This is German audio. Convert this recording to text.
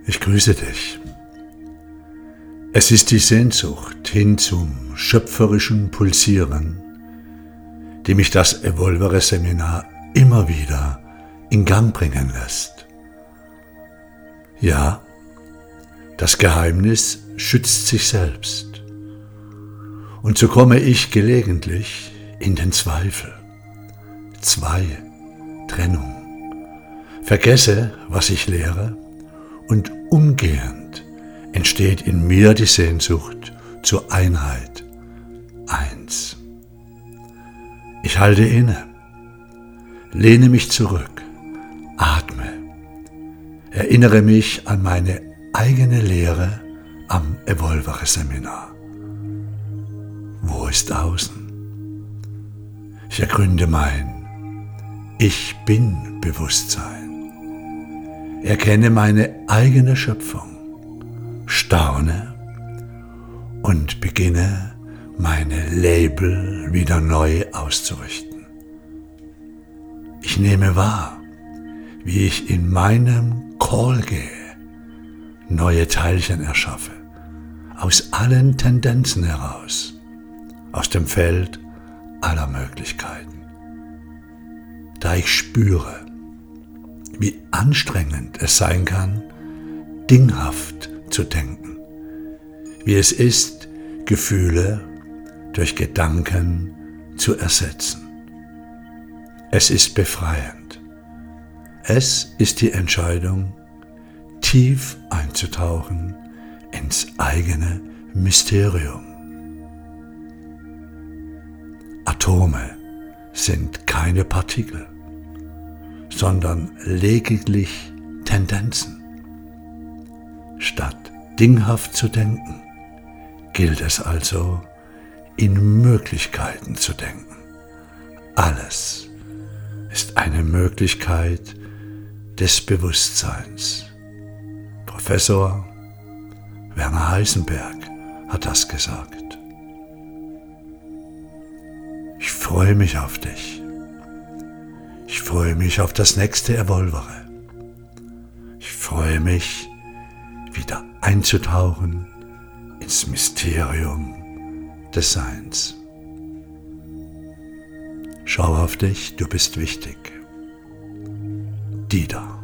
Ich grüße dich. Es ist die Sehnsucht hin zum schöpferischen Pulsieren, die mich das Evolvere-Seminar immer wieder in Gang bringen lässt. Ja, das Geheimnis schützt sich selbst. Und so komme ich gelegentlich in den Zweifel, Trennung, vergesse, was ich lehre, und umgehend entsteht in mir die Sehnsucht zur Einheit, eins. Ich halte inne, lehne mich zurück, atme, erinnere mich an meine eigene Lehre am Evolvere-Seminar. Wo ist außen? Ich ergründe mein Ich Bin-Bewusstsein. Erkenne meine eigene Schöpfung, staune und beginne, meine Label wieder neu auszurichten. Ich nehme wahr, wie ich in meinem Call gehe, neue Teilchen erschaffe, aus allen Tendenzen heraus, aus dem Feld aller Möglichkeiten. Da ich spüre, wie anstrengend es sein kann, dinghaft zu denken, wie es ist, Gefühle durch Gedanken zu ersetzen. Es ist befreiend. Es ist die Entscheidung, tief einzutauchen ins eigene Mysterium. Atome sind keine Partikel, sondern lediglich Tendenzen. Statt dinghaft zu denken, gilt es also, in Möglichkeiten zu denken. Alles ist eine Möglichkeit des Bewusstseins. Professor Werner Heisenberg hat das gesagt. Ich freue mich auf dich. Ich freue mich auf das nächste Evolvere. Ich freue mich, wieder einzutauchen ins Mysterium des Seins. Schau auf dich, du bist wichtig. Dieter.